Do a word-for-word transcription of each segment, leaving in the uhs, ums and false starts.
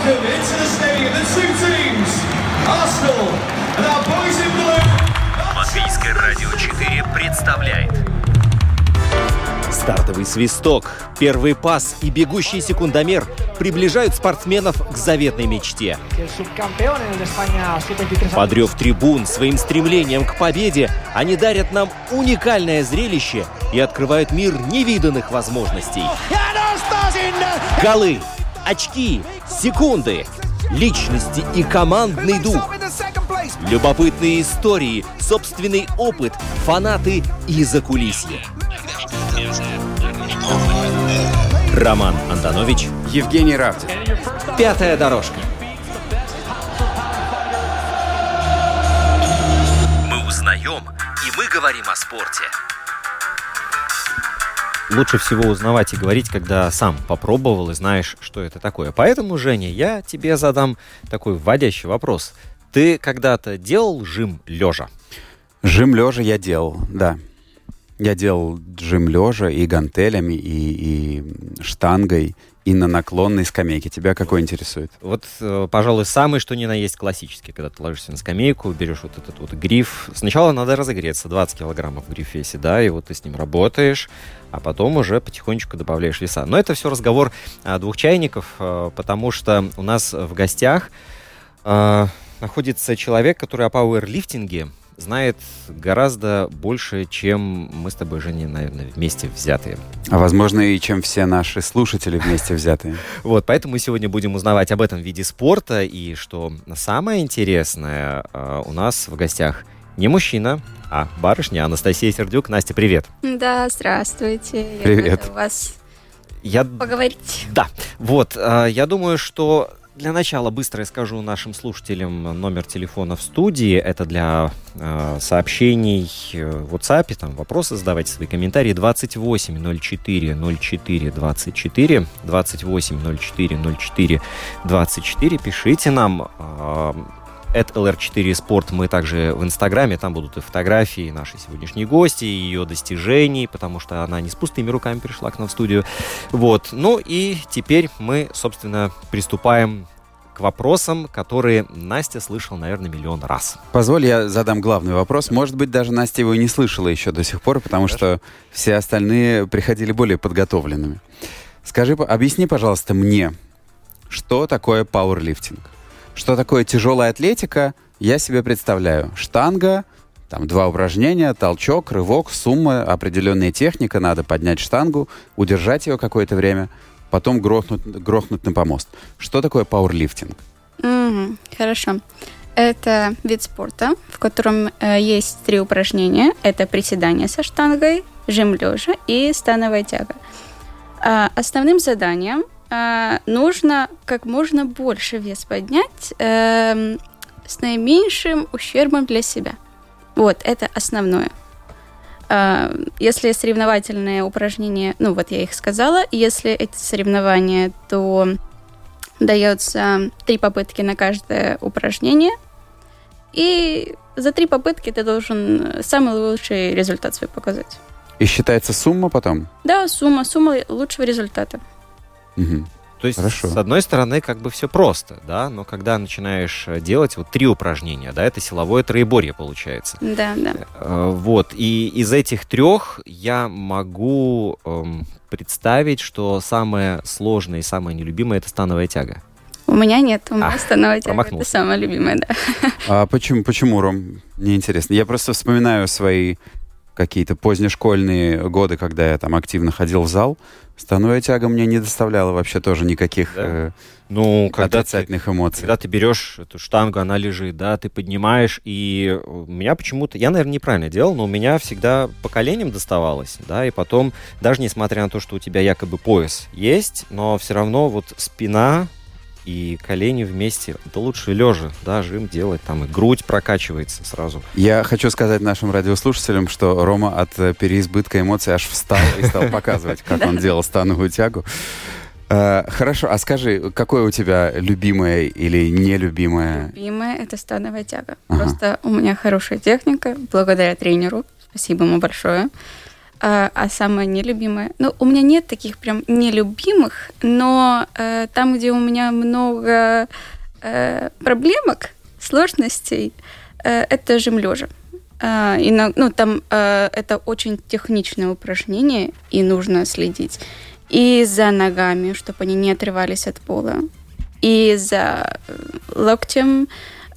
welcome into the stadium the two teams, Arsenal and our boys in blue. Латвийское радио четыре представляет стартовый свисток, первый пас и бегущий секундомер приближают спортсменов к заветной мечте. Под рев трибун, своим стремлением к победе они дарят нам уникальное зрелище и открывают мир невиданных возможностей. Голы, очки, секунды, личности и командный дух. Любопытные истории, собственный опыт, фанаты и закулисье. Роман Антонович, Евгений Равдин. Пятая дорожка. Мы узнаем, и мы говорим о спорте. Лучше всего узнавать и говорить, когда сам попробовал и знаешь, что это такое. Поэтому, Женя, я тебе задам такой вводящий вопрос. Ты когда-то делал жим лежа? Жим лежа я делал, да. Я делал жим лежа и гантелями, и, и штангой, и на наклонной скамейке. Тебя какой интересует? Вот, пожалуй, самый что ни на есть классический. Когда ты ложишься на скамейку, берешь вот этот вот гриф. Сначала надо разогреться, двадцать килограммов в грифе седа, и вот ты с ним работаешь, а потом уже потихонечку добавляешь веса. Но это все разговор а, двух чайников, а, потому что у нас в гостях а, находится человек, который о пауэрлифтинге знает гораздо больше, чем мы с тобой, Женя, наверное, вместе взятые. А возможно, и чем все наши слушатели вместе взятые. Вот, поэтому мы сегодня будем узнавать об этом виде спорта. И что самое интересное, у нас в гостях не мужчина, а барышня Анастасия Сердюк. Настя, привет. Да, здравствуйте. Привет. Я рада у вас я... поговорить. Да, вот, я думаю, что для начала быстро я скажу нашим слушателям номер телефона в студии. Это для э, сообщений в WhatsApp, там вопросы задавайте, свои комментарии. двадцать восемь ноль четыре ноль четыре двадцать четыре, двадцать восемь ноль четыре ноль четыре двадцать четыре. Пишите нам. Э, эт эл эр четыре спорт. Мы также в Инстаграме. Там будут и фотографии нашей сегодняшней гости, и ее достижений, потому что она не с пустыми руками пришла к нам в студию. Вот. Ну и теперь мы, собственно, приступаем к вопросам, которые Настя слышала, наверное, миллион раз. Позволь, я задам главный вопрос. Может быть, даже Настя его не слышала еще до сих пор, потому Хорошо. Что все остальные приходили более подготовленными. Скажи, объясни, пожалуйста, мне, что такое пауэрлифтинг? Что такое тяжелая атлетика, я себе представляю. Штанга, там два упражнения, толчок, рывок, сумма, определенная техника. Надо поднять штангу, удержать ее какое-то время, потом грохнуть, грохнуть на помост. Что такое пауэрлифтинг? Mm-hmm, хорошо. Это вид спорта, в котором э, есть три упражнения. Это приседание со штангой, жим лежа и становая тяга. А основным заданием Uh, нужно как можно больше вес поднять uh, с наименьшим ущербом для себя. Вот, это основное. Uh, если соревновательные упражнения, ну вот я их сказала, если эти соревнования, то дается три попытки на каждое упражнение, и за три попытки ты должен самый лучший результат свой показать. И считается сумма потом? Да, сумма, сумма лучшего результата. Угу. То есть, Хорошо. С одной стороны, как бы все просто, да, но когда начинаешь делать вот три упражнения, да, это силовое троеборье получается. Да, да. Вот, и из этих трех я могу эм, представить, что самое сложное и самое нелюбимое — это становая тяга. У меня нет, у меня а, становая тяга, это самое любимое, да. А почему, почему, Ром? Мне интересно. Я просто вспоминаю свои какие-то позднешкольные годы, когда я там активно ходил в зал. Становая тяга мне не доставляла вообще тоже никаких да. э, ну, отрицательных ты, эмоций. Когда ты берешь эту штангу, она лежит, да, ты поднимаешь, и у меня почему-то, я, наверное, неправильно делал, но у меня всегда по коленям доставалось, да, и потом, даже несмотря на то, что у тебя якобы пояс есть, но все равно вот спина и колени вместе, это лучше лежа, да, жим делать, там и грудь прокачивается сразу. Я хочу сказать нашим радиослушателям, что Рома от переизбытка эмоций аж встал и стал показывать, как он делал становую тягу. Хорошо, а скажи, какое у тебя любимое или нелюбимое? Любимое — это становая тяга. Просто у меня хорошая техника, благодаря тренеру, спасибо ему большое. А, а самое нелюбимое... Ну, у меня нет таких прям нелюбимых, но э, там, где у меня много э, проблемок, сложностей, э, это жим лежа. Э, и на, ну, там э, это очень техничное упражнение, и нужно следить и за ногами, чтобы они не отрывались от пола, и за локтем,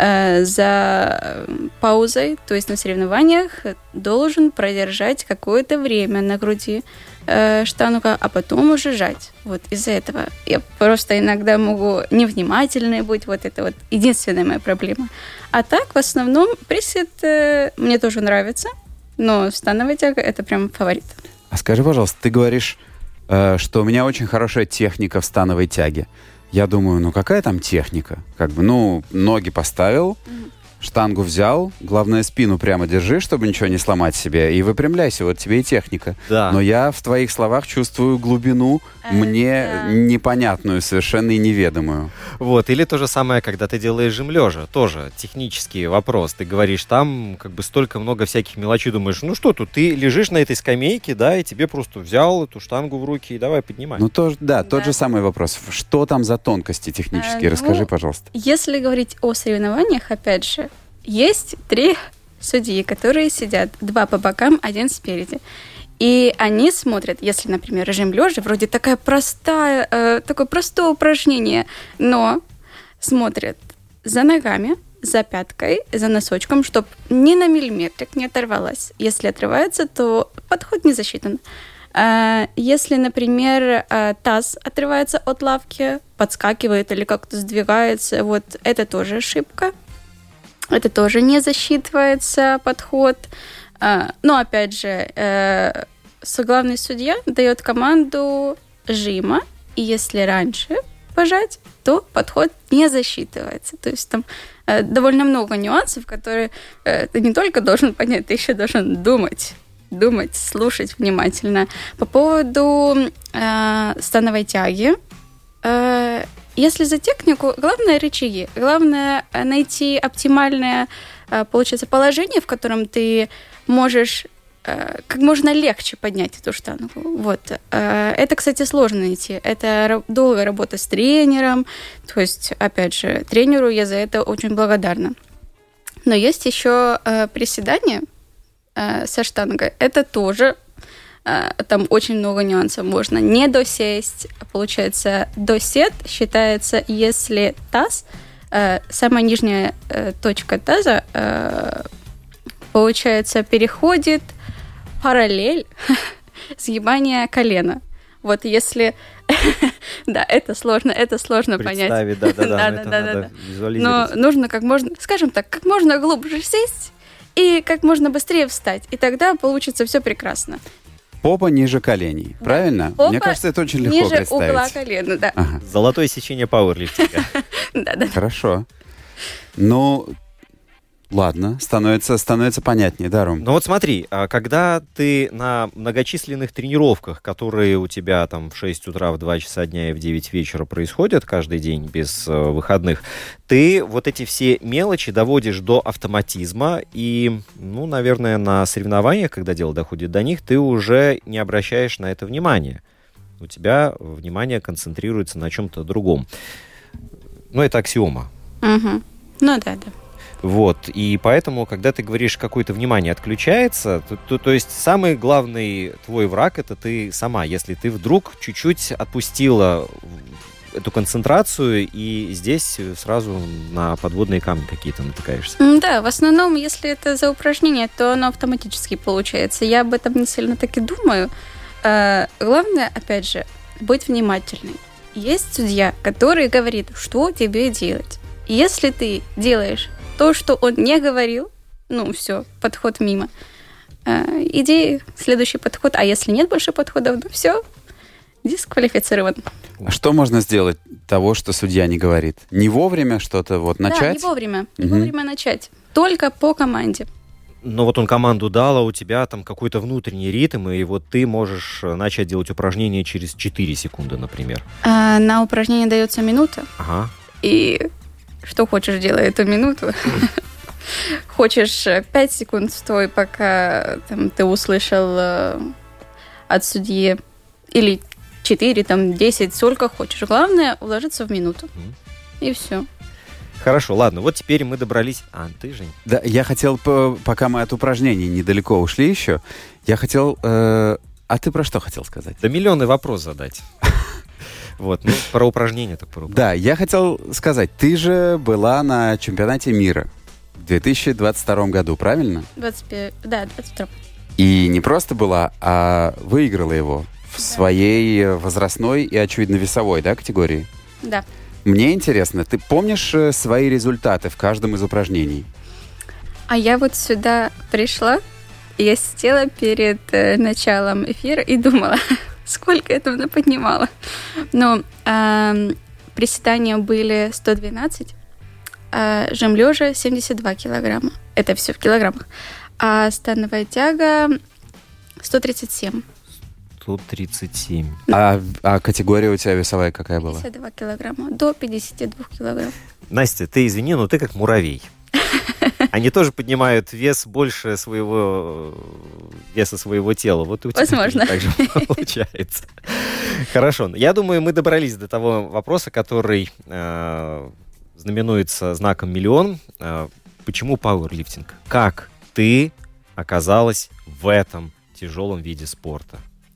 за паузой, то есть на соревнованиях должен продержать какое-то время на груди штангу, а потом уже жать. Вот из-за этого я просто иногда могу невнимательной быть, вот это вот единственная моя проблема. А так, в основном, присед мне тоже нравится, но становая тяга — это прям фаворит. А скажи, пожалуйста, ты говоришь, что у меня очень хорошая техника в становой тяге. Я думаю, ну какая там техника? Как бы, ну, ноги поставил, mm-hmm. штангу взял, главное, спину прямо держи, чтобы ничего не сломать себе, и выпрямляйся, вот тебе и техника. Да. Но я в твоих словах чувствую глубину, а, мне да. непонятную, совершенно и неведомую. Вот, или то же самое, когда ты делаешь жим лежа, тоже технический вопрос. Ты говоришь, там как бы столько много всяких мелочей, думаешь, ну что тут, ты лежишь на этой скамейке, да, и тебе просто взял эту штангу в руки и давай поднимай. Ну, то, да, да, тот же самый вопрос. Что там за тонкости технические? А, Расскажи, ну, пожалуйста. Если говорить о соревнованиях, опять же, есть три судьи, которые сидят, два по бокам, один спереди. И они смотрят, если, например, режим лежа, вроде такая простая, э, такое простое упражнение, но смотрят за ногами, за пяткой, за носочком, чтобы ни на миллиметрик не оторвалась. Если отрывается, то подход не засчитан. А если, например, таз отрывается от лавки, подскакивает или как-то сдвигается, вот это тоже ошибка. Это тоже не засчитывается подход. Но, опять же, главный судья дает команду жима, и если раньше пожать, то подход не засчитывается. То есть там довольно много нюансов, которые ты не только должен понять, ты еще должен думать. Думать, слушать внимательно. По поводу э, становой тяги. Э, если за технику, главное рычаги. Главное найти оптимальное, э, получается, положение, в котором ты можешь э, как можно легче поднять эту штангу. Вот. Э, это, кстати, сложно найти. Это долгая работа с тренером. То есть, опять же, тренеру я за это очень благодарна. Но есть еще э, приседания со штангой. Это тоже там очень много нюансов. Можно не досесть. Получается, досет считается, если таз, самая нижняя точка таза, получается, переходит параллель сгибания колена. Вот если... Да, это сложно, это сложно понять. Представить, да-да-да, это надо визуализировать. Но нужно как можно, скажем так, как можно глубже сесть и как можно быстрее встать. И тогда получится все прекрасно. Попа ниже коленей, да. Правильно? Попа Мне кажется, это очень легко ниже представить. Ниже угла колена, да. Ага. Золотое сечение пауэрлифтинга. Да-да. Хорошо. Ну, ладно, становится, становится понятнее, да, Ром? Ну вот смотри, когда ты на многочисленных тренировках, которые у тебя там в шесть утра, в два часа дня и в девять вечера происходят каждый день без выходных, ты вот эти все мелочи доводишь до автоматизма, и, ну, наверное, на соревнованиях, когда дело доходит до них, ты уже не обращаешь на это внимания. У тебя внимание концентрируется на чем-то другом. Ну, это аксиома. Угу. Ну да, да. Вот, и поэтому, когда ты говоришь, какое-то внимание отключается, то, то, то есть самый главный твой враг — это ты сама. Если ты вдруг чуть-чуть отпустила эту концентрацию, и здесь сразу на подводные камни какие-то натыкаешься. Да, в основном, если это за упражнение, то оно автоматически получается. Я об этом не сильно так и думаю. А, главное, опять же, быть внимательной. Есть судья, который говорит, что тебе делать. Если ты делаешь то, что он не говорил, ну, все, подход мимо. Э, иди, следующий подход. А если нет больше подходов, ну, все, дисквалифицирован. А что можно сделать того, что судья не говорит? Не вовремя что-то вот начать? Да, не вовремя. Не угу. вовремя начать. Только по команде. Но вот он команду дал, а у тебя там какой-то внутренний ритм, и вот ты можешь начать делать упражнение через четыре секунды, например. А, на упражнение дается минута. Ага. И... Что хочешь, делай эту минуту. Хочешь пять секунд, стой, пока там, ты услышал от судьи, или четыре, там, десять, сколько хочешь. Главное уложиться в минуту. Mm. И все. Хорошо, ладно, вот теперь мы добрались... А, ты, Жень? Да, я хотел, пока мы от упражнений недалеко ушли еще, я хотел... Э, а ты про что хотел сказать? Да миллионный вопрос задать. Вот, ну, про упражнения так про упражнения. Да, я хотел сказать, ты же была на чемпионате мира в две тысячи двадцать втором году, правильно? двадцать пять, да, двадцать втором. И не просто была, а выиграла его в да. своей возрастной и, очевидно, весовой, да, категории? Да. Мне интересно, ты помнишь свои результаты в каждом из упражнений? А я вот сюда пришла, и я сидела перед э, началом эфира и думала... Сколько я там поднимала. Но э, приседания были сто двенадцать, а жим лежа семьдесят два килограмма. Это все в килограммах. А становая тяга сто тридцать семь. сто тридцать семь. А, а категория у тебя весовая какая была? пятьдесят два килограмма. До пятидесяти двух килограмм. Настя, ты извини, но ты как муравей. Они тоже поднимают вес больше своего веса своего тела. Вот и у тебя возможно. Так же получается. Хорошо. Я думаю, мы добрались до того вопроса, который э, знаменуется знаком миллион. Э, почему пауэрлифтинг? Как ты оказалась в этом тяжелом виде спорта?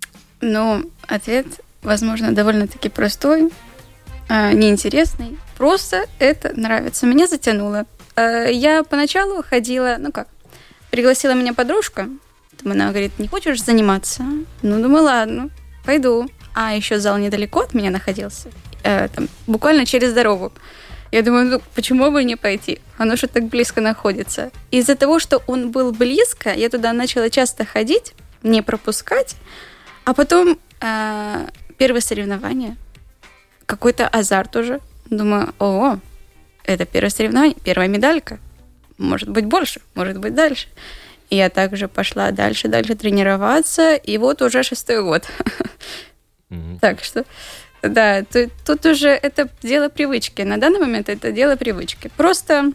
Ну, ответ, возможно, довольно-таки простой, э, неинтересный. Просто это нравится. Меня затянуло. Я поначалу ходила, ну как, пригласила меня подружка. Там она говорит, не хочешь заниматься? Ну, думаю, ладно, пойду. А еще зал недалеко от меня находился, э, там, буквально через дорогу. Я думаю, ну, почему бы не пойти? Оно же так близко находится. Из-за того, что он был близко, я туда начала часто ходить, не пропускать. А потом э, первые соревнования, какой-то азарт уже. Думаю, о, это первое соревнование, первая медалька. Может быть, больше, может быть, дальше. И я также пошла дальше, дальше тренироваться. И вот уже шестой год. Mm-hmm. Так что, да, тут, тут уже это дело привычки. На данный момент это дело привычки. Просто,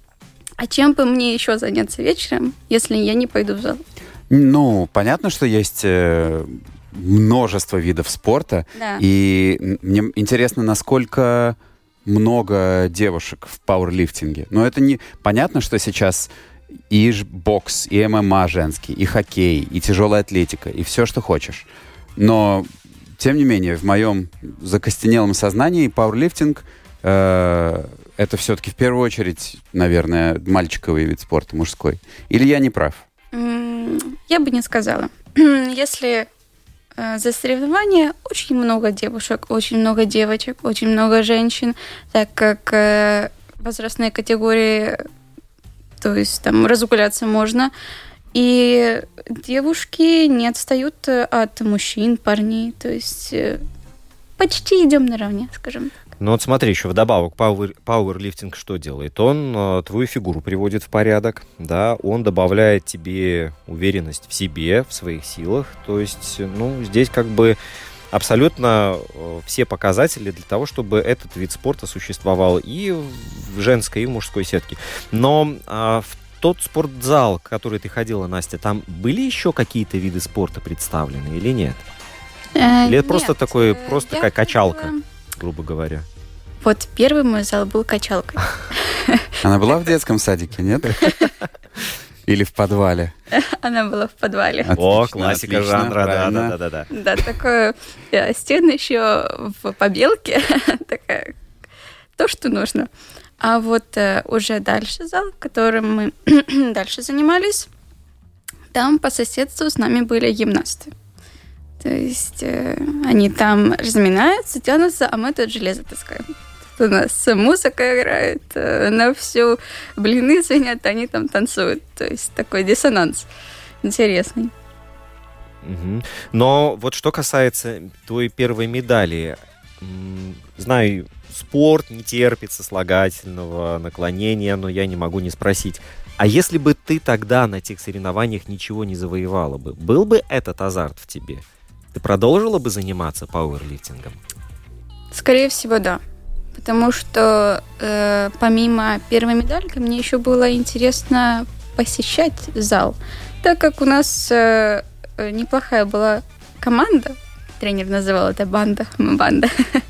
а чем бы мне еще заняться вечером, если я не пойду в зал? Ну, понятно, что есть э, множество видов спорта. Да. И мне интересно, насколько... много девушек в пауэрлифтинге. Но это не... Понятно, что сейчас и бокс, и ММА женский, и хоккей, и тяжелая атлетика, и все, что хочешь. Но, тем не менее, в моем закостенелом сознании пауэрлифтинг э, это все-таки в первую очередь, наверное, мальчиковый вид спорта, мужской. Или я не прав? Я бы не сказала. Если... За соревнования очень много девушек, очень много девочек, очень много женщин, так как э, возрастные категории, то есть там разгуляться можно. И девушки не отстают от мужчин, парней, то есть э, почти идем наравне, скажем так. Ну вот смотри, еще вдобавок, пауэр, пауэрлифтинг что делает? Он э, твою фигуру приводит в порядок, да, он добавляет тебе уверенность в себе, в своих силах, то есть, ну, здесь как бы абсолютно э, все показатели для того, чтобы этот вид спорта существовал и в женской, и в мужской сетке. Но э, в тот спортзал, в который ты ходила, Настя, там были еще какие-то виды спорта представлены или нет? Э, или это просто нет, такой, просто такая качалка? Ходила... грубо говоря. Вот первый мой зал был качалкой. Она была в детском садике, нет? Или в подвале? Она была в подвале. Отлично, О, классика отлично, жанра, правильно. да-да-да. Да, такое стены еще в побелке. Такая, то, что нужно. А вот уже дальше зал, которым мы дальше занимались, там по соседству с нами были гимнасты. То есть э, они там разминаются, тянутся, а мы тут железо таскаем. Тут у нас музыка играет, э, на всю блины звенят, они там танцуют. То есть такой диссонанс интересный. Угу. Но вот что касается твоей первой медали, м- знаю, спорт не терпит сослагательного наклонения, но я не могу не спросить. А если бы ты тогда на тех соревнованиях ничего не завоевала бы, был бы этот азарт в тебе? Ты продолжила бы заниматься пауэрлифтингом? Скорее всего, да. Потому что э, помимо первой медальки мне еще было интересно посещать зал. Так как у нас э, неплохая была команда. Тренер называл это банда. банда.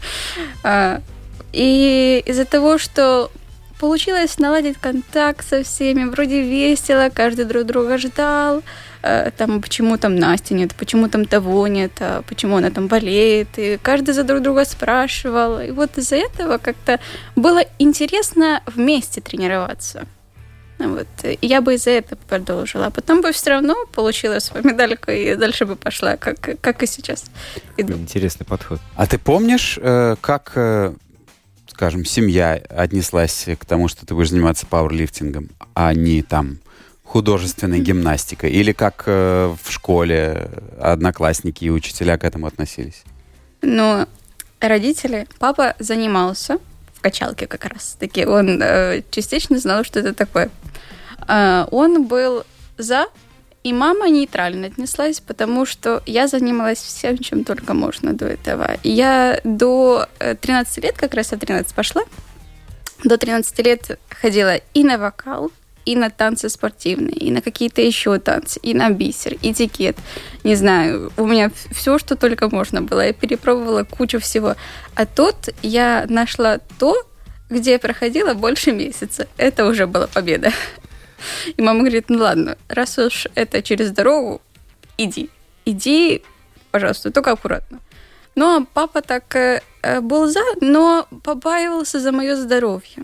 И из-за того, что получилось наладить контакт со всеми, вроде весело, каждый друг друга ждал, там, почему там Насти нет, почему там того нет, а почему она там болеет, и каждый за друг друга спрашивал. И вот из-за этого как-то было интересно вместе тренироваться. Вот. И я бы из-за этого продолжила. А потом бы все равно получила свою медальку и дальше бы пошла, как, как и сейчас иду. Интересный подход. А ты помнишь, как, скажем, семья отнеслась к тому, что ты будешь заниматься пауэрлифтингом, а не там художественной гимнастикой? Или как в школе одноклассники и учителя к этому относились? Ну, родители, папа занимался в качалке как раз-таки. Он э, частично знал, что это такое. Э, он был за, и мама нейтрально отнеслась, потому что я занималась всем, чем только можно до этого. Я до тринадцати лет, как раз от тринадцати пошла, до тринадцати лет ходила и на вокал, и на танцы спортивные, и на какие-то еще танцы, и на бисер, этикет. Не знаю, у меня все, что только можно было. Я перепробовала кучу всего. А тут я нашла то, где я проходила больше месяца. Это уже была победа. И мама говорит, ну ладно, раз уж это через дорогу, иди. Иди, пожалуйста, только аккуратно. Ну, а папа так э, был за, но побаивался за мое здоровье.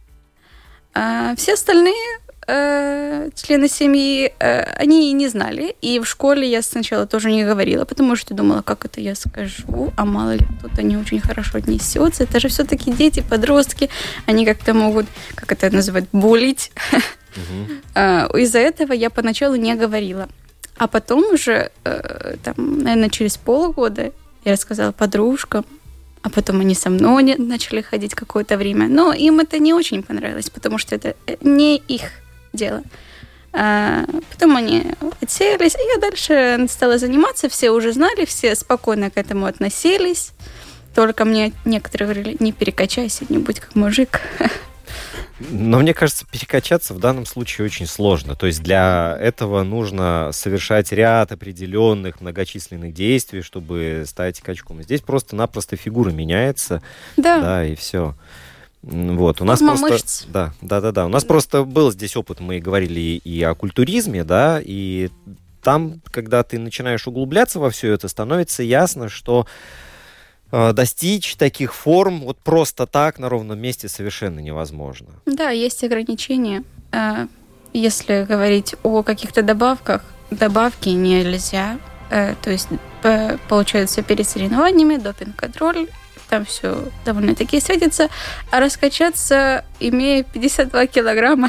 А все остальные э, члены семьи, э, они не знали. И в школе я сначала тоже не говорила, потому что думала, как это я скажу, а мало ли кто-то не очень хорошо отнесется. Это же все-таки дети, подростки, они как-то могут, как это называют, булить. Uh-huh. Из-за этого я поначалу не говорила. А потом уже, э, там, наверное, через полгода я рассказала подружкам, а потом они со мной начали ходить какое-то время. Но им это не очень понравилось, потому что это не их дело. А потом они отсеялись, и я дальше стала заниматься. Все уже знали, все спокойно к этому относились. Только мне некоторые говорили, не перекачайся, не будь как мужик. Но мне кажется, перекачаться в данном случае очень сложно. То есть для этого нужно совершать ряд определенных многочисленных действий, чтобы стать качком. Здесь просто-напросто фигура меняется, да, да, и все. Вот, у нас Форма просто, мышц. да, да, да, да. У нас Да. просто был здесь опыт, мы говорили и о культуризме, да, и там, когда ты начинаешь углубляться во все это, становится ясно, что достичь таких форм вот просто так на ровном месте совершенно невозможно. Да, есть ограничения. Если говорить о каких-то добавках, добавки нельзя. То есть, получается, перед соревнованиями допинг-контроль, там все довольно-таки светится. А раскачаться, имея пятьдесят два килограмма,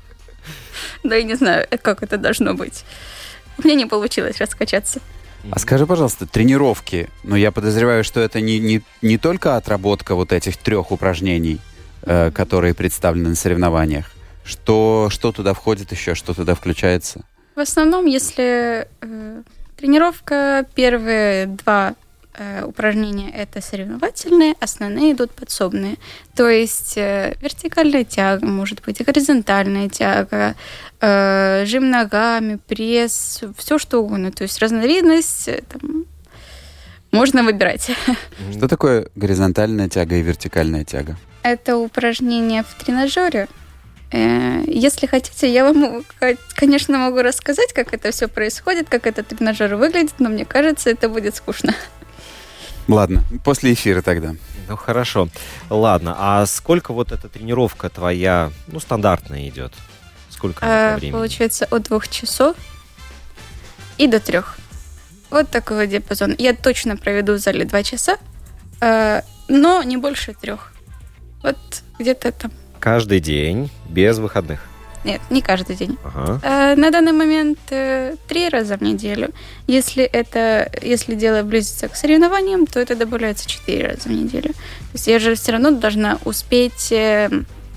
да я не знаю, как это должно быть. У меня не получилось раскачаться. А скажи, пожалуйста, тренировки, ну, я подозреваю, что это не, не, не только отработка вот этих трех упражнений, э, которые представлены на соревнованиях. Что, что туда входит еще, что туда включается? В основном, если э, тренировка, первые два э, упражнения – это соревновательные, основные идут подсобные. То есть э, вертикальная тяга, может быть, горизонтальная тяга, э, жим ногами, пресс, все что угодно. То есть разновидность там, можно выбирать. Что такое горизонтальная тяга и вертикальная тяга? Это упражнение в тренажере. Если хотите, я вам, конечно, могу рассказать, как это все происходит, как этот тренажер выглядит, но мне кажется, это будет скучно. Ладно, после эфира тогда. Ну, хорошо. Ладно, а сколько вот эта тренировка твоя, ну, стандартная идет? Сколько а, по времени? Получается, от двух часов и до трех. Вот такой вот диапазон. Я точно проведу в зале два часа, но не больше трех. Вот где-то там. Каждый день, без выходных? Нет, не каждый день. Ага. А, на данный момент э, три раза в неделю. Если это, если дело близится к соревнованиям, то это добавляется четыре раза в неделю. То есть я же все равно должна успеть, э,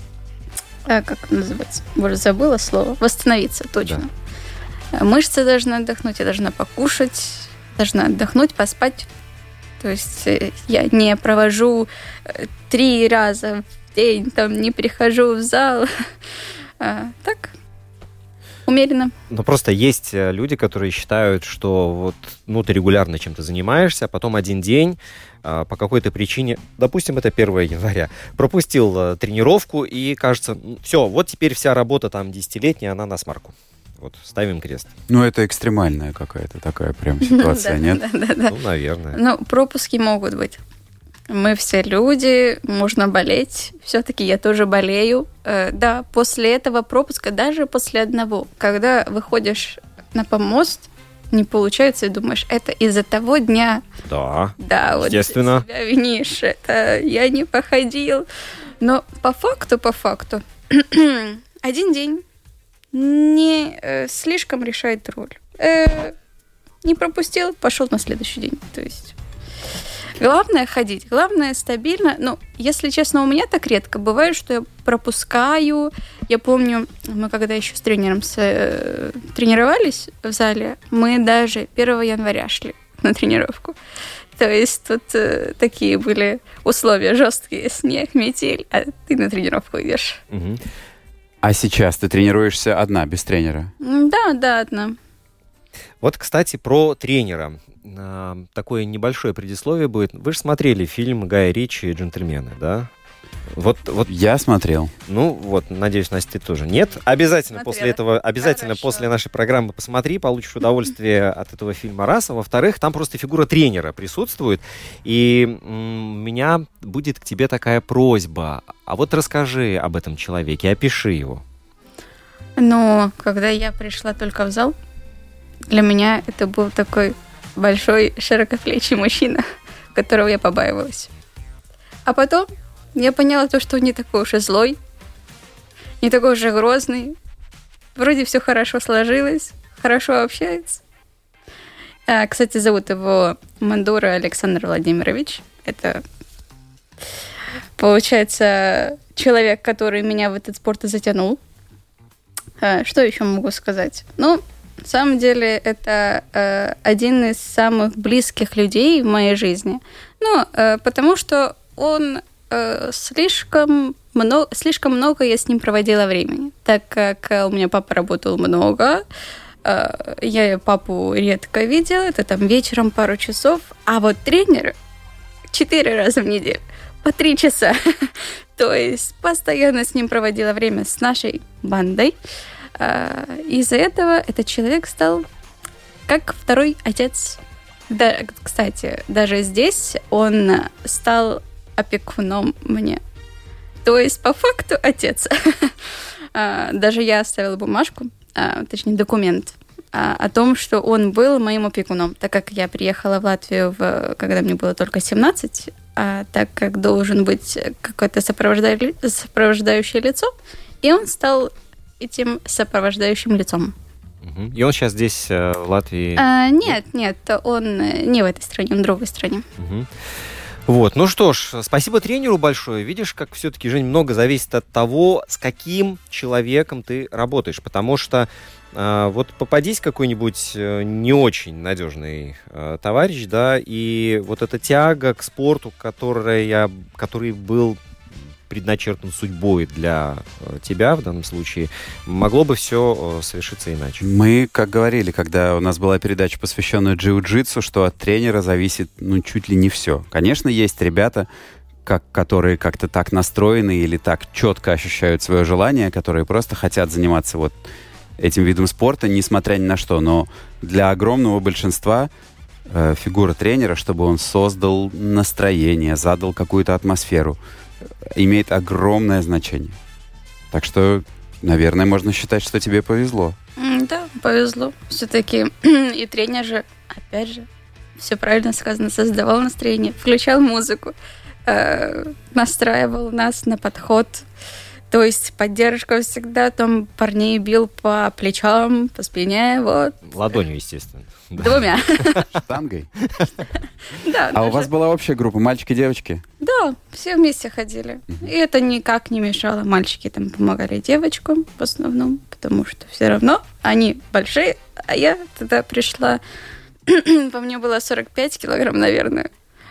э, как называется, уже забыла слово, восстановиться точно. Да. Мышцы должны отдохнуть, я должна покушать, должна отдохнуть, поспать. То есть э, я не провожу э, три раза в день, там, не прихожу в зал. А, так. Умеренно. Но просто есть люди, которые считают, что вот, ну, ты регулярно чем-то занимаешься, а потом один день по какой-то причине, допустим, это первого января, пропустил тренировку и кажется, все, вот теперь вся работа там десятилетняя, она на смарку. Вот, ставим крест. Ну, это экстремальная какая-то такая прям ситуация, нет? Да, да, да. Ну, наверное. Ну, пропуски могут быть. Мы все люди, можно болеть. Все-таки я тоже болею. Да, после этого пропуска, даже после одного, когда выходишь на помост, не получается, и думаешь, это из-за того дня. Да, да, естественно. Вот себя винишь, это я не походил. Но по факту, по факту, один день не э, слишком решает роль. Э, не пропустил, пошел на следующий день. То есть главное ходить, главное стабильно. Ну, если честно, у меня так редко бывает, что я пропускаю. Я помню, мы когда еще с тренером с, э, тренировались в зале, мы даже первого января шли на тренировку. То есть тут э, такие были условия жесткие, снег, метель, а ты на тренировку идешь. Угу. А сейчас ты тренируешься одна, без тренера? Да, да, одна. Вот, кстати, про тренера. Такое небольшое предисловие будет. Вы же смотрели фильм Гая Ричи «Джентльмены», да? Вот, вот. Я смотрел. Ну, вот, надеюсь, Настя, ты тоже. Нет? Обязательно Смотрела. после этого, обязательно Хорошо. после нашей программы посмотри, получишь удовольствие от этого фильма, раз. А во-вторых, там просто фигура тренера присутствует. И м- у меня будет к тебе такая просьба. А вот расскажи об этом человеке, опиши его. Но когда я пришла только в зал, для меня это был такой большой широкоплечий мужчина, которого я побаивалась. А потом я поняла то, что он не такой уж и злой, не такой уж и грозный. Вроде все хорошо сложилось, хорошо общается. А, кстати, зовут его Мандура Александр Владимирович. Это, получается, человек, который меня в этот спорт и затянул. А, что еще могу сказать? Ну, на самом деле, это э, один из самых близких людей в моей жизни. Ну, э, потому что он э, слишком, много, слишком много я с ним проводила времени. Так как у меня папа работал много, э, я папу редко видела, это там вечером пару часов, а вот тренер четыре раза в неделю, по три часа. То есть постоянно с ним проводила время с нашей бандой. Из-за этого этот человек стал как второй отец. Да, кстати, даже здесь он стал опекуном мне. То есть, по факту, отец. Даже я оставила бумажку, точнее, документ о том, что он был моим опекуном, так как я приехала в Латвию, в, когда мне было только семнадцать, а так как должен быть какое-то сопровождающее лицо, и он стал этим сопровождающим лицом. Угу. И он сейчас здесь, в Латвии? А, нет, нет, он не в этой стране, он в другой стране. Угу. Вот, ну что ж, спасибо тренеру большое. Видишь, как все-таки, Жень, много зависит от того, с каким человеком ты работаешь. Потому что э, вот попадись какой-нибудь э, не очень надежный э, товарищ, да, и вот эта тяга к спорту, которая, который был предначертан судьбой для тебя в данном случае, могло бы все совершиться иначе. Мы, как говорили, когда у нас была передача, посвященная джиу-джитсу, что от тренера зависит, ну, чуть ли не все. Конечно, есть ребята, как, которые как-то так настроены или так четко ощущают свое желание, которые просто хотят заниматься вот этим видом спорта, несмотря ни на что. Но для огромного большинства э, фигура тренера, чтобы он создал настроение, задал какую-то атмосферу, имеет огромное значение. Так что, наверное, можно считать, что тебе повезло. Да, повезло. Все-таки и тренер же, опять же, все правильно сказано, создавал настроение, включал музыку, э, настраивал нас на подход. То есть поддержка всегда, там парней бил по плечам, по спине, вот. Ладонью, естественно. Двумя. Штангой? Да. А у вас была общая группа, мальчики и девочки? Да, все вместе ходили. И это никак не мешало. Мальчики там помогали девочкам в основном, потому что все равно они большие, а я тогда пришла, по мне было сорок пять килограмм, наверное.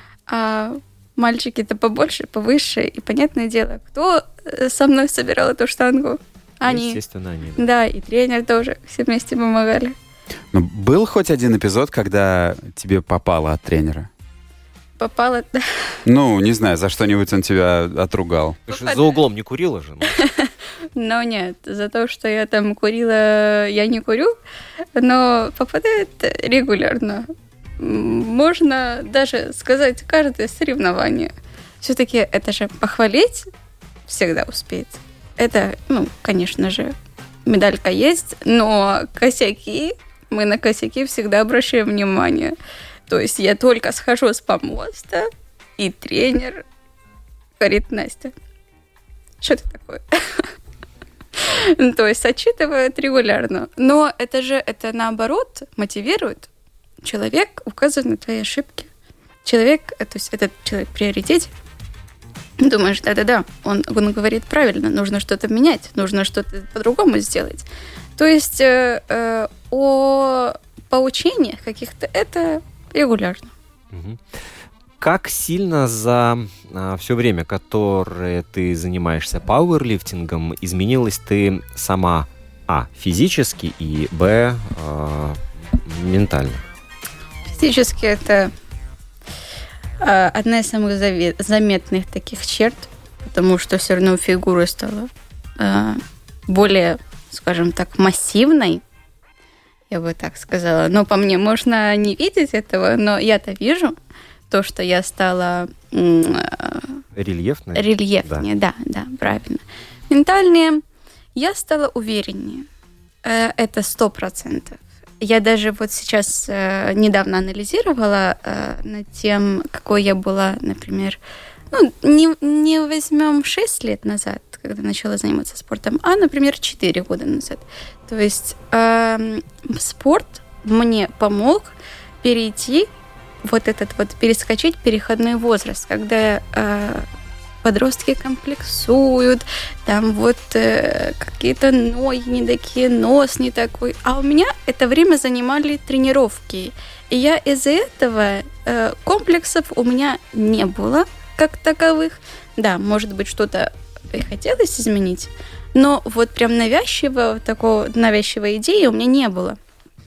А мальчики-то побольше, повыше, и понятное дело, кто со мной собирал эту штангу? Они. Естественно, они. Да. Да, и тренер тоже все вместе помогали. Но был хоть один эпизод, когда тебе попало от тренера? Попало, да. Ну, не знаю, за что-нибудь он тебя отругал. Ты же за углом не курила же? Ну? Но нет, за то, что я там курила, я не курю, но попадает регулярно. Можно даже сказать каждое соревнование. Все-таки это же похвалить всегда успеет. Это, ну, конечно же, медалька есть, но косяки, мы на косяки всегда обращаем внимание. То есть я только схожу с помоста, и тренер говорит: Настя, что это такое? То есть отчитывает регулярно. Но это же, это наоборот мотивирует. Человек указывает на твои ошибки. Человек, то есть этот человек в приоритете. Думаешь, да-да-да, он, он говорит правильно, нужно что-то менять, нужно что-то по-другому сделать. То есть э, э, о поучениях каких-то это регулярно. Угу. Как сильно за а, все время, которое ты занимаешься пауэрлифтингом, изменилась ты сама, а, физически, и, б, а, ментально? Физически это а, одна из самых завет, заметных таких черт, потому что все равно фигура стала а, более, скажем так, массивной, я бы так сказала. Но по мне можно не видеть этого, но я-то вижу то, что я стала рельефной. Рельефнее, да, да, да, правильно. Ментальнее я стала увереннее. Это сто процентов. Я даже вот сейчас недавно анализировала над тем, какой я была, например, ну, не, не возьмем шесть лет назад, когда начала заниматься спортом, а, например, четыре года назад. То есть э, спорт мне помог перейти вот этот вот, перескочить переходной возраст, когда э, подростки комплексуют, там вот э, какие-то ноги не такие, нос не такой. А у меня это время занимали тренировки. И я из-за этого э, комплексов у меня не было как таковых. Да, может быть, что-то и хотелось изменить, но вот прям навязчивого, такого навязчивой идеи у меня не было.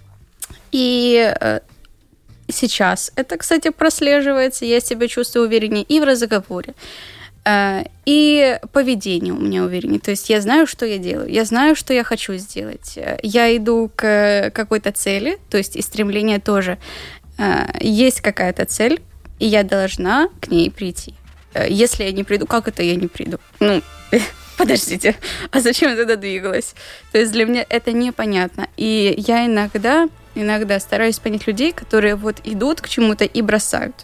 И э, сейчас это, кстати, прослеживается. Я себя чувствую увереннее и в разговоре, э, и поведение у меня увереннее. То есть я знаю, что я делаю, я знаю, что я хочу сделать. Я иду к какой-то цели, то есть и стремление тоже. Э, есть какая-то цель, и я должна к ней прийти. Если я не приду, как это я не приду? Ну, подождите, а зачем я тогда двигалась? То есть для меня это непонятно. И я иногда, иногда стараюсь понять людей, которые вот идут к чему-то и бросают.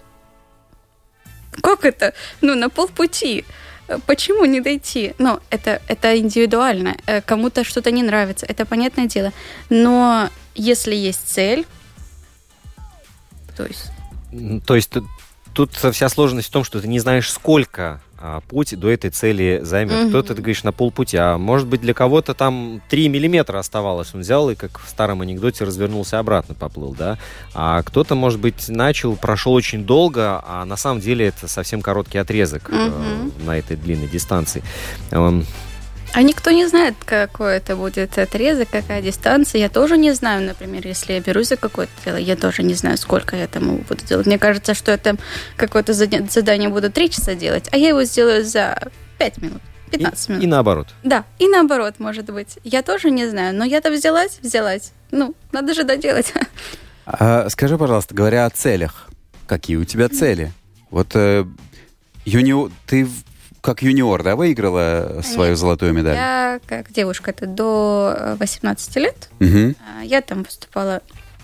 Как это? Ну, на полпути. Почему не дойти? Ну, это, это индивидуально. Кому-то что-то не нравится, это понятное дело. Но если есть цель, то есть... То есть... Тут вся сложность в том, что ты не знаешь, сколько а, путь до этой цели займет. Mm-hmm. Кто-то, ты говоришь, на полпути, а может быть, для кого-то там три миллиметра оставалось. Он взял и, как в старом анекдоте, развернулся обратно, поплыл, да? А кто-то, может быть, начал, прошел очень долго, а на самом деле это совсем короткий отрезок mm-hmm. э, на этой длинной дистанции. Он... А никто не знает, какой это будет отрезок, какая дистанция. Я тоже не знаю, например, если я берусь за какое-то дело, я тоже не знаю, сколько я этому буду делать. Мне кажется, что это какое-то задание буду три часа делать, а я его сделаю за пять минут, пятнадцать и, минут. И наоборот. Да, и наоборот, может быть. Я тоже не знаю, но я-то взялась, взялась. Ну, надо же доделать. А, скажи, пожалуйста, говоря о целях, какие у тебя цели? Вот э, юниор, ты... Как юниор, да, выиграла свою Нет, золотую медаль? Я как девушка, это до восемнадцати лет. Угу. Я там выступала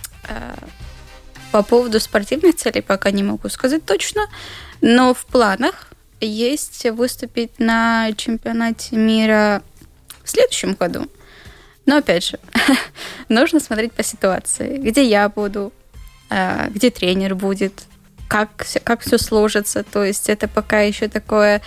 по поводу спортивных целей, пока не могу сказать точно. Но в планах есть выступить на чемпионате мира в следующем году. Но опять же, нужно смотреть по ситуации. Где я буду, где тренер будет, как, как все сложится. То есть это пока еще такое...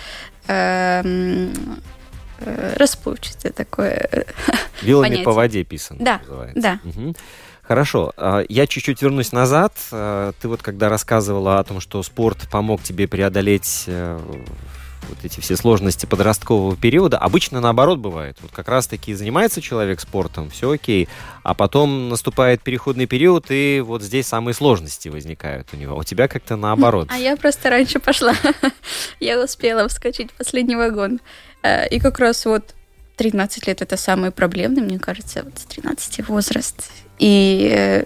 расплывчатое такое Вилами понятие. По воде писано, да, называется. Да. Угу. Хорошо. Я чуть-чуть вернусь назад. Ты вот когда рассказывала о том, что спорт помог тебе преодолеть вот эти все сложности подросткового периода. Обычно наоборот бывает. Вот как раз-таки занимается человек спортом, все окей, а потом наступает переходный период, и вот здесь самые сложности возникают у него. А у тебя как-то наоборот. А я просто раньше пошла. Я успела вскочить в последний вагон. И как раз вот тринадцать лет — это самый проблемный, мне кажется, вот с тринадцати возраст. И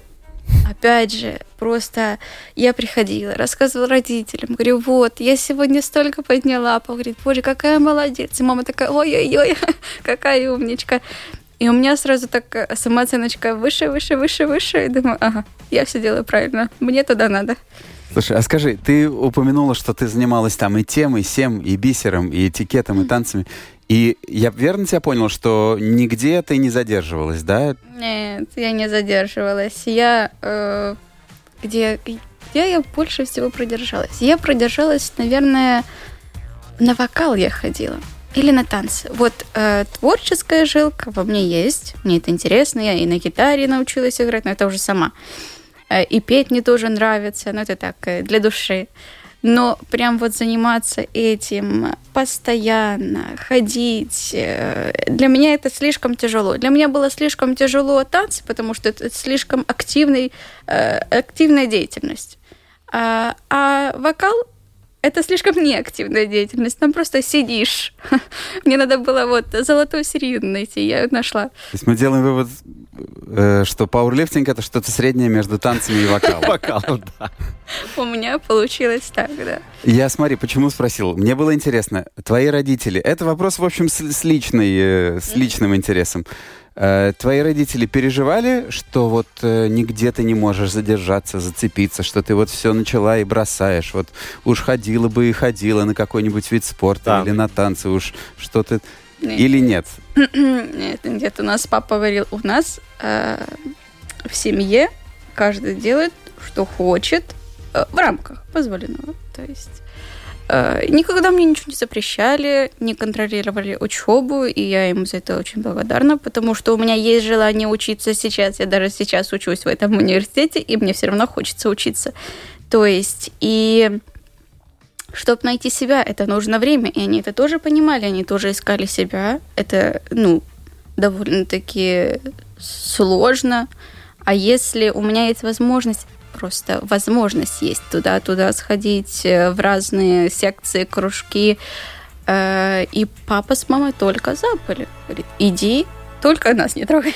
опять же, просто я приходила, рассказывала родителям, говорю, вот, я сегодня столько подняла, папа говорит, боже, какая молодец. И мама такая, ой-ой-ой, какая умничка. И у меня сразу так самооценочка выше, выше, выше, выше. И думаю, ага, я все делаю правильно, мне туда надо. Слушай, а скажи, ты упомянула, что ты занималась там и тем, и сем, и бисером, и этикетом, и танцами. И я верно тебя понял, что нигде ты не задерживалась, да? Нет, я не задерживалась. Я... Э, где, где я больше всего продержалась? Я продержалась, наверное, на вокал я ходила. Или на танцы. Вот э, творческая жилка во мне есть. Мне это интересно. Я и на гитаре научилась играть, но это уже сама. Э, и петь мне тоже нравится. Но это так, э, для души. Но прям вот заниматься этим постоянно, ходить, для меня это слишком тяжело. Для меня было слишком тяжело танцы, потому что это слишком активный, активная деятельность. А, а вокал — это слишком неактивная деятельность. Там просто сидишь. Мне надо было вот золотую середину найти, я ее нашла. То есть мы делаем вывод, э, что пауэрлифтинг — это что-то среднее между танцами и вокалом. Вокалом, да. У меня получилось так, да. Я, смотри, почему спросил. Мне было интересно, твои родители, это вопрос, в общем, с, с, личной, э, с личным интересом. Э, твои родители переживали, что вот э, нигде ты не можешь задержаться, зацепиться, что ты вот все начала и бросаешь? Вот уж ходила бы и ходила на какой-нибудь вид спорта, да, или на танцы, уж что-то... Нет. Или нет? Нет, нет, у нас папа говорил, у нас э, в семье каждый делает, что хочет, э, в рамках позволенного. То есть э, никогда мне ничего не запрещали, не контролировали учебу, и я им за это очень благодарна, потому что у меня есть желание учиться сейчас. Я даже сейчас учусь в этом университете, и мне все равно хочется учиться. То есть, и... Чтобы найти себя, это нужно время, и они это тоже понимали, они тоже искали себя. Это, ну, довольно-таки сложно. А если у меня есть возможность, просто возможность есть туда-туда сходить, в разные секции, кружки, э, и папа с мамой только за были. Говорит, иди, только нас не трогай.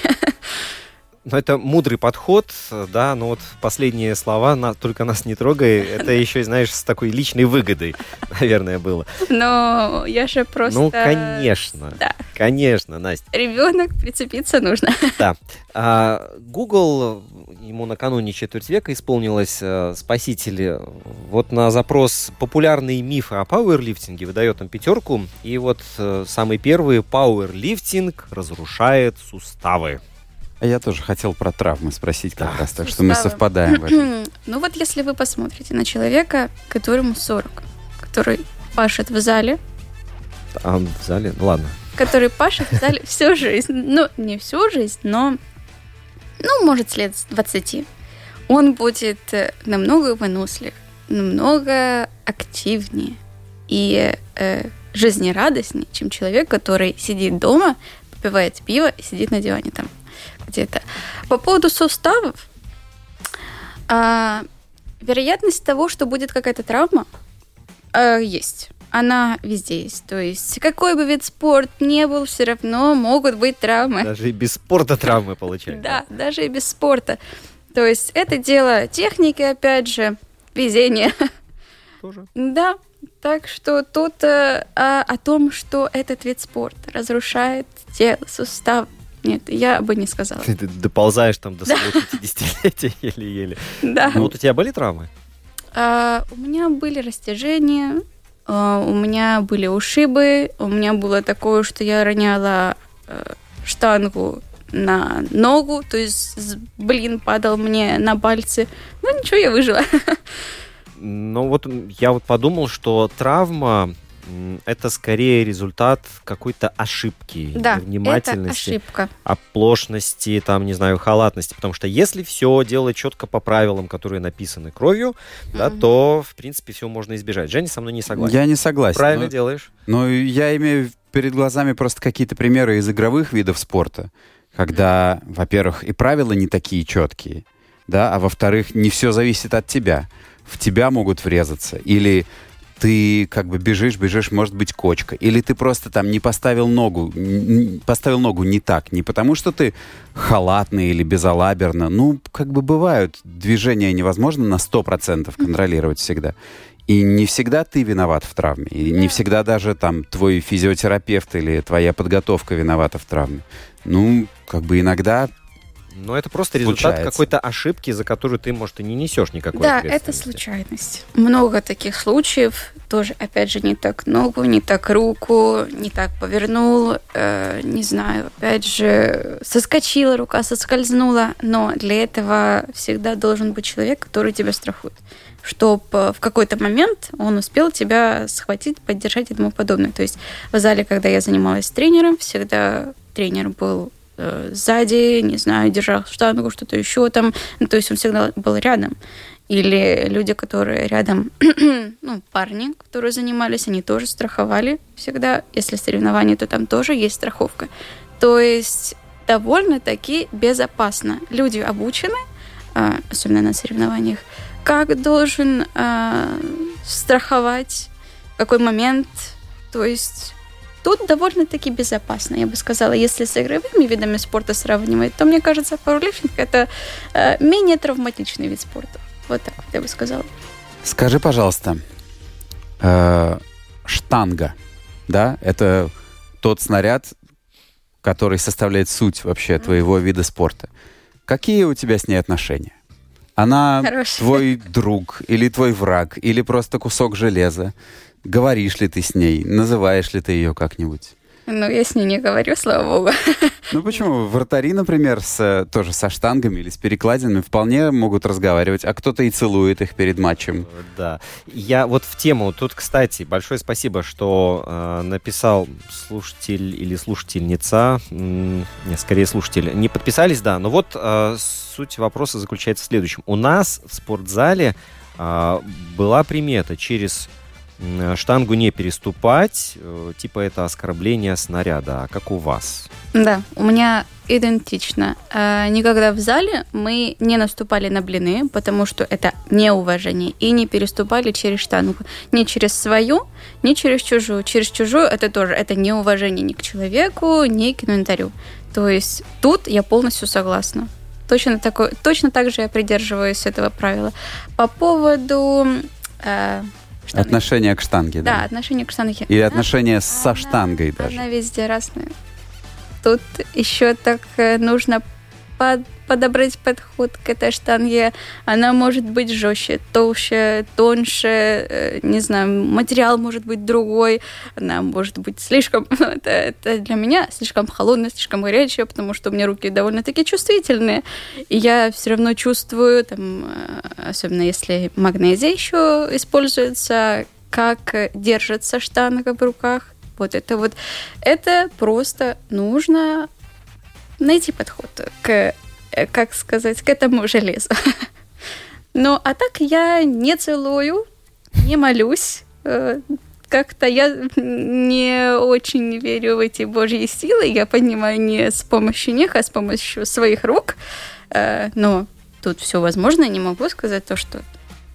Ну, это мудрый подход, да, но вот последние слова на, «только нас не трогай», это еще, знаешь, с такой личной выгодой, наверное, было. Но я же просто... Ну, конечно, да. Конечно, Настя. Ребенок, прицепиться нужно. Да. А, Google, ему накануне четверть века исполнилось, а, спасители, вот на запрос «популярные мифы о пауэрлифтинге» выдает им пятерку, и вот а, самый первый: пауэрлифтинг разрушает суставы. А я тоже хотел про травмы спросить как да. раз, так что мы совпадаем в этом. Ну вот если вы посмотрите на человека, которому сорок, который пашет в зале. А в зале? Ладно. Который пашет в зале всю жизнь. Ну, не всю жизнь, но, ну, может, с лет с двадцати. Он будет намного выносливее, намного активнее и э, жизнерадостнее, чем человек, который сидит дома, попивает пиво и сидит на диване там где-то. По поводу суставов, а, вероятность того, что будет какая-то травма, а, есть. Она везде есть. То есть какой бы вид спорта ни был, все равно могут быть травмы. Даже и без спорта травмы получаются. Да, даже и без спорта. То есть это дело техники, опять же, везения. Тоже. Да, так что тут а, о том, что этот вид спорта разрушает тело, суставы, нет, я бы не сказала. Ты доползаешь там до своего пятидесятилетия еле-еле. Да. Ну вот у тебя были травмы? А, у меня были растяжения, а, у меня были ушибы, у меня было такое, что я роняла а, штангу на ногу, то есть блин падал мне на пальцы. Ну ничего, я выжила. Ну вот я вот подумал, что травма это скорее результат какой-то ошибки, Да, невнимательности, это ошибка. оплошности, там, не знаю, халатности. Потому что если все делать четко по правилам, которые написаны кровью, mm-hmm. да, то, в принципе, все можно избежать. Женя со мной не согласен. Я не согласен. Правильно но, делаешь. Но я имею перед глазами просто какие-то примеры из игровых видов спорта, когда, во-первых, и правила не такие четкие, да, а во-вторых, не все зависит от тебя. В тебя могут врезаться. Или ты как бы бежишь, бежишь, может быть, кочка. Или ты просто там не поставил ногу, не, поставил ногу не так. Не потому, что ты халатный или безалаберно. Ну, как бы бывают. Движения невозможно на сто процентов контролировать всегда. И не всегда ты виноват в травме. И не всегда даже там твой физиотерапевт или твоя подготовка виновата в травме. Ну, как бы иногда... Но это просто результат случается. Какой-то ошибки, за которую ты, может, и не несешь никакой да, ответственности. Да, это случайность. Много таких случаев. Тоже, опять же, не так ногу, не так руку, не так повернул, э, не знаю, опять же, соскочила рука, соскользнула. Но для этого всегда должен быть человек, который тебя страхует, чтобы в какой-то момент он успел тебя схватить, поддержать и тому подобное. То есть в зале, когда я занималась с тренером, всегда тренер был сзади, не знаю, держал штангу, что-то еще там. Ну, то есть он всегда был рядом. Или люди, которые рядом, ну, парни, которые занимались, они тоже страховали всегда. Если соревнования, то там тоже есть страховка. То есть довольно-таки безопасно. Люди обучены, особенно на соревнованиях, как должен страховать, в какой момент. То есть тут довольно-таки безопасно, я бы сказала. Если с игровыми видами спорта сравнивать, то, мне кажется, пауэрлифтинг – это э, менее травматичный вид спорта. Вот так вот я бы сказала. Скажи, пожалуйста, э, штанга, да, это тот снаряд, который составляет суть вообще твоего вида спорта. Какие у тебя с ней отношения? Она Хороший. Твой друг или твой враг, или просто кусок железа? Говоришь ли ты с ней? Называешь ли ты ее как-нибудь? Ну, я с ней не говорю, слава богу. Ну, почему? Вратари, например, с, тоже со штангами или с перекладинами вполне могут разговаривать, а кто-то и целует их перед матчем. Да. Я вот в тему. Тут, кстати, большое спасибо, что э, написал слушатель или слушательница, м- не, скорее слушатель, не подписались, да, но вот э, суть вопроса заключается в следующем. У нас в спортзале э, была примета через... штангу не переступать, типа это оскорбление снаряда. А как у вас? Да, у меня идентично. Никогда в зале мы не наступали на блины, потому что это неуважение, и не переступали через штангу. Ни через свою, ни через чужую. Через чужую это тоже это неуважение ни к человеку, ни к инвентарю. То есть тут я полностью согласна. Точно, такой, точно так же я придерживаюсь этого правила. По поводу... Э, штанги. Отношение к штанге, да? Да, отношение к штанге. Или отношение она, со штангой она, даже. Она везде разная. Тут еще так нужно под, подобрать подход к этой штанге. Она может быть жестче, толще, тоньше, не знаю, материал может быть другой. Она может быть слишком... Это, это для меня слишком холодная, слишком горячая, потому что у меня руки довольно-таки чувствительные. И я все равно чувствую, там, особенно если магнезия еще используется, как держится штанга в руках. Вот это вот. Это просто нужно найти подход к, как сказать, к этому железу. Ну, а так я не целую, не молюсь. Как-то я не очень верю в эти божьи силы. Я понимаю не с помощью них, а с помощью своих рук. Но тут все возможно. Не могу сказать то, что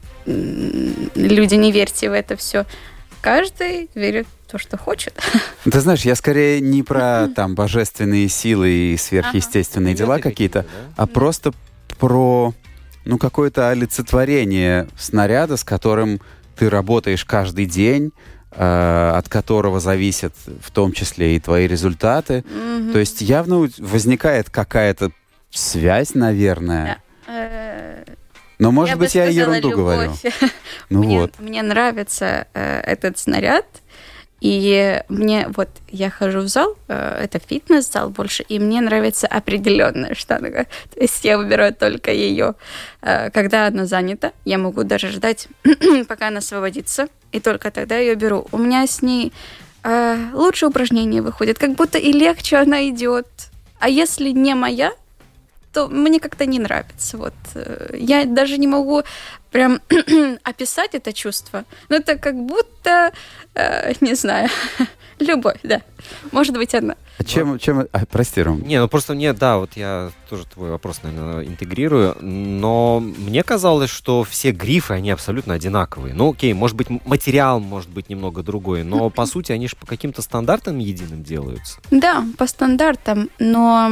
люди, не верьте в это все. Каждый верит в то, что хочет. Ты знаешь, я скорее не про там божественные силы и сверхъестественные ага. дела какие-то, да? а да. просто про ну, какое-то олицетворение снаряда, с которым ты работаешь каждый день, э, от которого зависят в том числе и твои результаты. Mm-hmm. То есть явно возникает какая-то связь, наверное. Да. Но, может я быть, я ерунду любовь. говорю. Ну мне, вот. мне нравится э, этот снаряд. И мне, вот, я хожу в зал, это фитнес-зал больше, и мне нравится определенная штанга. То есть я выбираю только ее. Когда она занята, я могу даже ждать, пока она освободится, и только тогда ее беру. У меня с ней лучше упражнения выходят, как будто и легче она идет. А если не моя, то мне как-то не нравится. Вот. Я даже не могу прям описать это чувство. Но это как будто, э, не знаю, любовь, да. Может быть, одна. А чем, чем... А, прости, Ром. Не, ну просто мне, да, вот я тоже твой вопрос, наверное, интегрирую, но мне казалось, что все грифы, они абсолютно одинаковые. Ну, окей, может быть, материал может быть немного другой, но, по сути, они же по каким-то стандартам единым делаются. Да, по стандартам, но...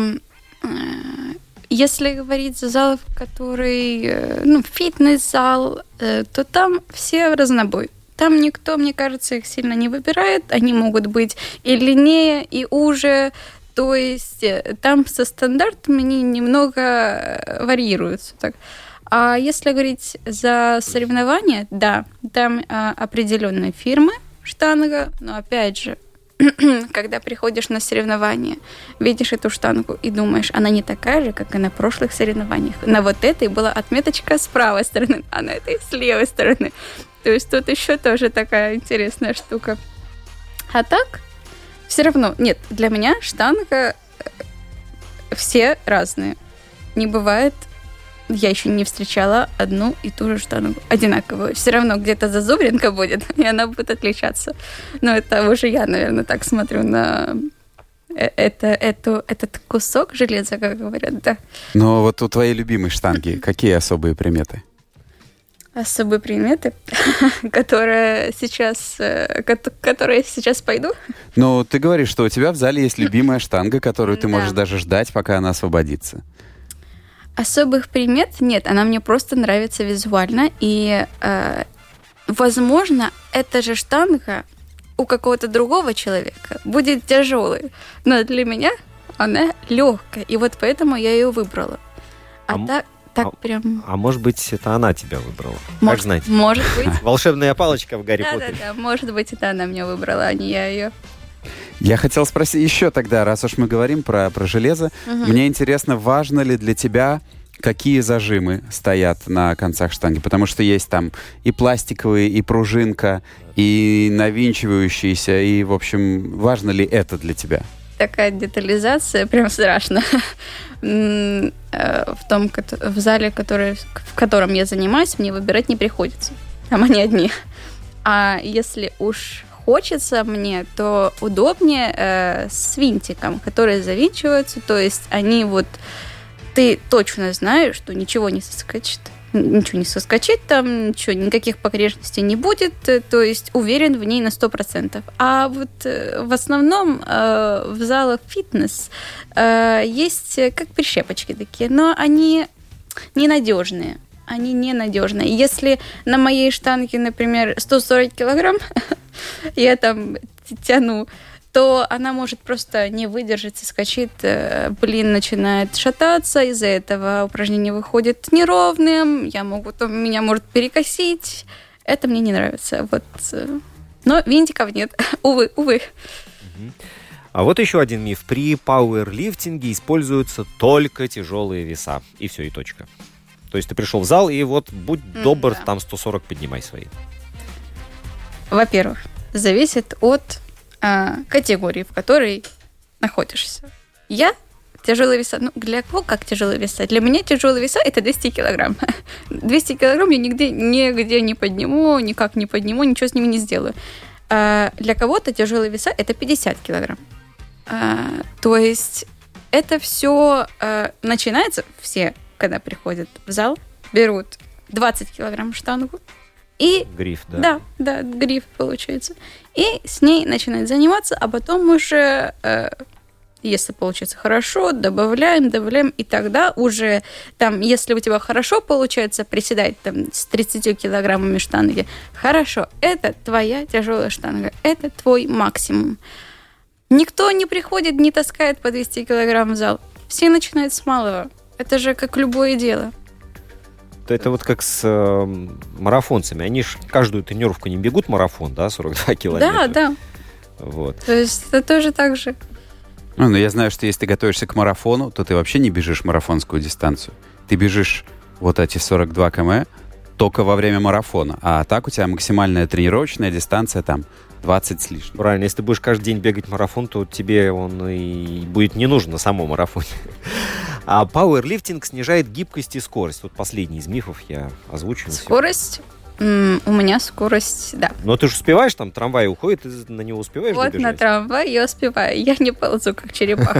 Если говорить за зал, который, ну, фитнес-зал, то там все разнобой. Там никто, мне кажется, их сильно не выбирает. Они могут быть и длиннее, и уже. То есть там со стандартами они немного варьируются. Так. А если говорить за соревнования, да, там а, определенные фирмы штанга, но опять же, когда приходишь на соревнования, видишь эту штангу и думаешь, она не такая же, как и на прошлых соревнованиях. На вот этой была отметочка с правой стороны, а на этой с левой стороны. То есть тут еще тоже такая интересная штука. А так, все равно, нет, для меня штанга все разные. Не бывает, я еще не встречала одну и ту же штангу одинаковую. Все равно где-то зазубринка будет, и она будет отличаться. Но это уже я, наверное, так смотрю на это, эту, этот кусок железа, как говорят, да. Но вот у твоей любимой штанги какие особые приметы? Особые приметы, которые сейчас, которые сейчас пойду. Ну, ты говоришь, что у тебя в зале есть любимая штанга, которую ты Да. можешь даже ждать, пока она освободится. Особых примет нет, она мне просто нравится визуально, и, э, возможно, эта же штанга у какого-то другого человека будет тяжелой, но для меня она легкая, и вот поэтому я ее выбрала. А, А так, так а, прям... А может быть, это она тебя выбрала? Может, Как знать? Может быть. Волшебная палочка в Гарри Поттере. Да-да-да, может быть, это она меня выбрала, а не я ее. Я хотел спросить еще тогда, раз уж мы говорим про, про железо, Угу. мне интересно, важно ли для тебя, какие зажимы стоят на концах штанги? Потому что есть там и пластиковые, и пружинка, и навинчивающиеся, и, в общем, важно ли это для тебя? Такая детализация, прям страшно. М, э, В том, кото- в зале, который, в котором я занимаюсь, мне выбирать не приходится. Там они одни. А если уж хочется мне, то удобнее э, с винтиком, которые завинчиваются, то есть они вот... Ты точно знаешь, что ничего не соскочит, ничего не соскочит там, ничего, никаких погрешностей не будет, э, то есть уверен в ней на сто процентов. А вот э, в основном э, в залах фитнес э, есть э, как прищепочки такие, но они ненадежные. Они ненадежные. Если на моей штанге, например, сто сорок килограмм, я там тяну, то она может просто не выдержать, соскочит, блин, начинает шататься, из-за этого упражнение выходит неровным, я могу, там, меня может перекосить. Это мне не нравится. Вот. Но винтиков нет. Увы, увы. А вот еще один миф. При пауэрлифтинге используются только тяжелые веса. И все, и точка. То есть ты пришел в зал, и вот будь добр, да. там сто сорок поднимай свои. Во-первых, зависит от а, категории, в которой находишься. Я тяжелые веса. Ну, для кого как тяжелые веса? Для меня тяжелые веса – это двести килограмм. двести килограмм я нигде, нигде не подниму, никак не подниму, ничего с ними не сделаю. А для кого-то тяжелые веса – это пятьдесят килограмм. А, то есть это все а, начинается, все, когда приходят в зал, берут двадцать килограмм штангу, и Гриф, да. Да, да, гриф получается. И с ней начинают заниматься, а потом уже, э, если получится хорошо, добавляем, добавляем, и тогда уже там, если у тебя хорошо получается приседать там с тридцатью килограммами штанги, хорошо, это твоя тяжелая штанга, это твой максимум. Никто не приходит, не таскает по двести килограмм в зал. Все начинают с малого. Это же как любое дело. Это вот как с э, марафонцами. Они же каждую тренировку не бегут марафон, да, сорок два километра. Да, да. Вот. То есть это тоже так же. Ну, но я знаю, что если ты готовишься к марафону, то ты вообще не бежишь марафонскую дистанцию. Ты бежишь вот эти сорок два километра только во время марафона. А так у тебя максимальная тренировочная дистанция там двадцать с лишним. Правильно, если ты будешь каждый день бегать марафон, то тебе он и будет не нужен на самом марафоне. А пауэрлифтинг снижает гибкость и скорость. Вот последний из мифов я озвучу. Скорость? М, у меня скорость, да. Но ты же успеваешь, там трамвай уходит, ты на него успеваешь Вот добежать? на трамвай я успеваю. Я не ползу, как черепаха.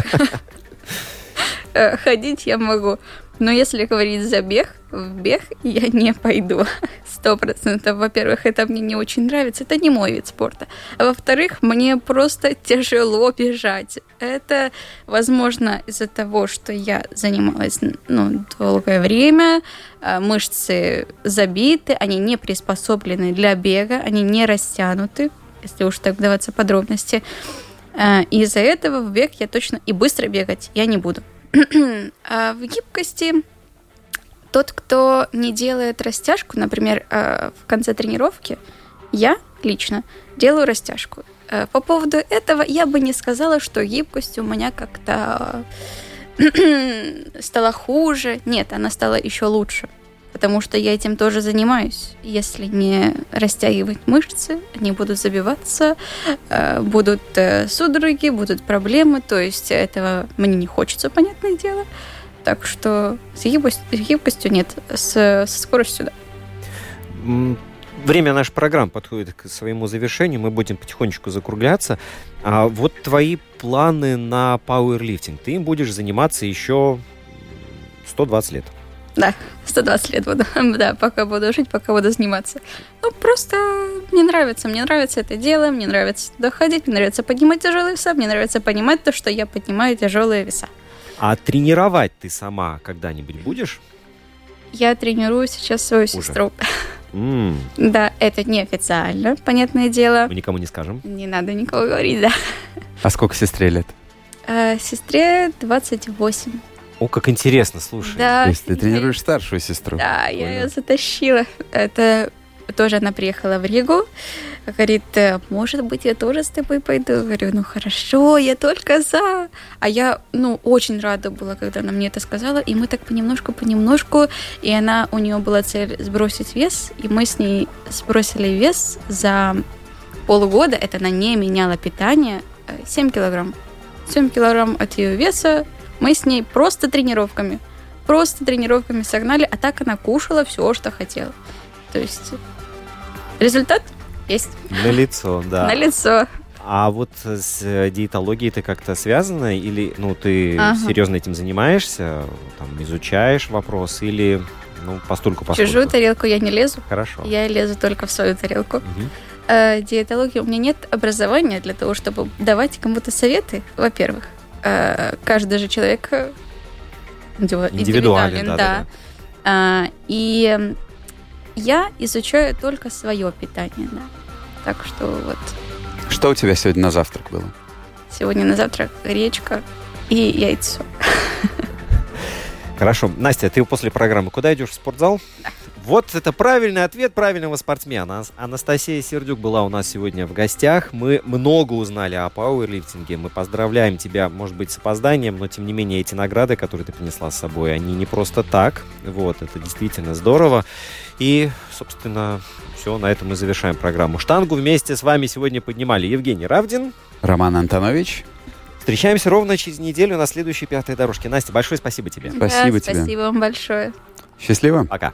Э, Ходить я могу. Но если говорить за бег, в бег я не пойду. Сто процентов. Во-первых, это мне не очень нравится. Это не мой вид спорта. А во-вторых, мне просто тяжело бежать. Это, возможно, из-за того, что я занималась ну, долгое время. а, Мышцы забиты, они не приспособлены для бега, они не растянуты, если уж так вдаваться в подробности. А, И из-за этого в бег я точно и быстро бегать я не буду. А в гибкости тот, кто не делает растяжку, например, э, в конце тренировки, я лично делаю растяжку. Э, По поводу этого я бы не сказала, что гибкость у меня как-то стала хуже. Нет, она стала еще лучше, потому что я этим тоже занимаюсь. Если не растягивать мышцы, они будут забиваться, э, будут э, судороги, будут проблемы. То есть этого мне не хочется, понятное дело. Так что с гибкостью, с гибкостью нет, с, со скоростью да. М, Время нашей программы подходит к своему завершению, мы будем потихонечку закругляться. А вот твои планы на пауэрлифтинг. Ты им будешь заниматься еще сто двадцать лет. Да, сто двадцать лет буду. Да, пока буду жить, пока буду заниматься. Ну, просто мне нравится. Мне нравится это дело, мне нравится туда ходить, мне нравится поднимать тяжелые веса, мне нравится понимать то, что я поднимаю тяжелые веса. А тренировать ты сама когда-нибудь будешь? Я тренирую сейчас свою Уже. сестру. М, Да, это неофициально, понятное дело. Мы никому не скажем. Не надо никого говорить, да. А сколько сестре лет? А сестре двадцать восемь. О, как интересно, слушай. Да. То есть ты я- тренируешь старшую сестру? Да, я Прикольно. ее затащила. Это тоже она приехала в Ригу. Говорит, «Э, может быть, я тоже с тобой пойду. Говорю, ну хорошо, я только за. А я, ну, очень рада была, когда она мне это сказала. И мы так понемножку-понемножку. И она, у нее была цель сбросить вес. И мы с ней сбросили вес за полгода. Это она не меняла питание. э, семь килограмм. семь килограмм от ее веса. Мы с ней просто тренировками. Просто тренировками согнали. А так она кушала все, что хотела. То есть результат есть. На лицо, да. На лицо. А вот с э, диетологией ты как-то связана? Или, ну, ты Ага. серьезно этим занимаешься, там, изучаешь вопрос, или, ну, постольку В поскольку? чужую тарелку я не лезу. Хорошо. Я лезу только в свою тарелку. Мгм. Э, диетология, у меня нет образования для того, чтобы давать кому-то советы, во-первых. Э, каждый же человек э, индиву- Индивидуален, индивидуален, да-да-да. А, и я изучаю только свое питание, да. Так что вот Что у тебя сегодня на завтрак было? сегодня на завтрак гречка и яйцо. Хорошо. Настя, ты после программы куда идешь? В спортзал? Вот это правильный ответ правильного спортсмена. Ас- Анастасия Сердюк была у нас сегодня в гостях. Мы много узнали о пауэрлифтинге. Мы поздравляем тебя, может быть, с опозданием, но тем не менее эти награды, которые ты принесла с собой, они не просто так. Вот, это действительно здорово. И, собственно, все, на этом мы завершаем программу. Штангу вместе с вами сегодня поднимали Евгений Равдин. Роман Антонович, Встречаемся ровно через неделю на следующей пятой дорожке. Настя, большое спасибо тебе. Спасибо Да, тебе. Спасибо вам большое. счастливо. Пока.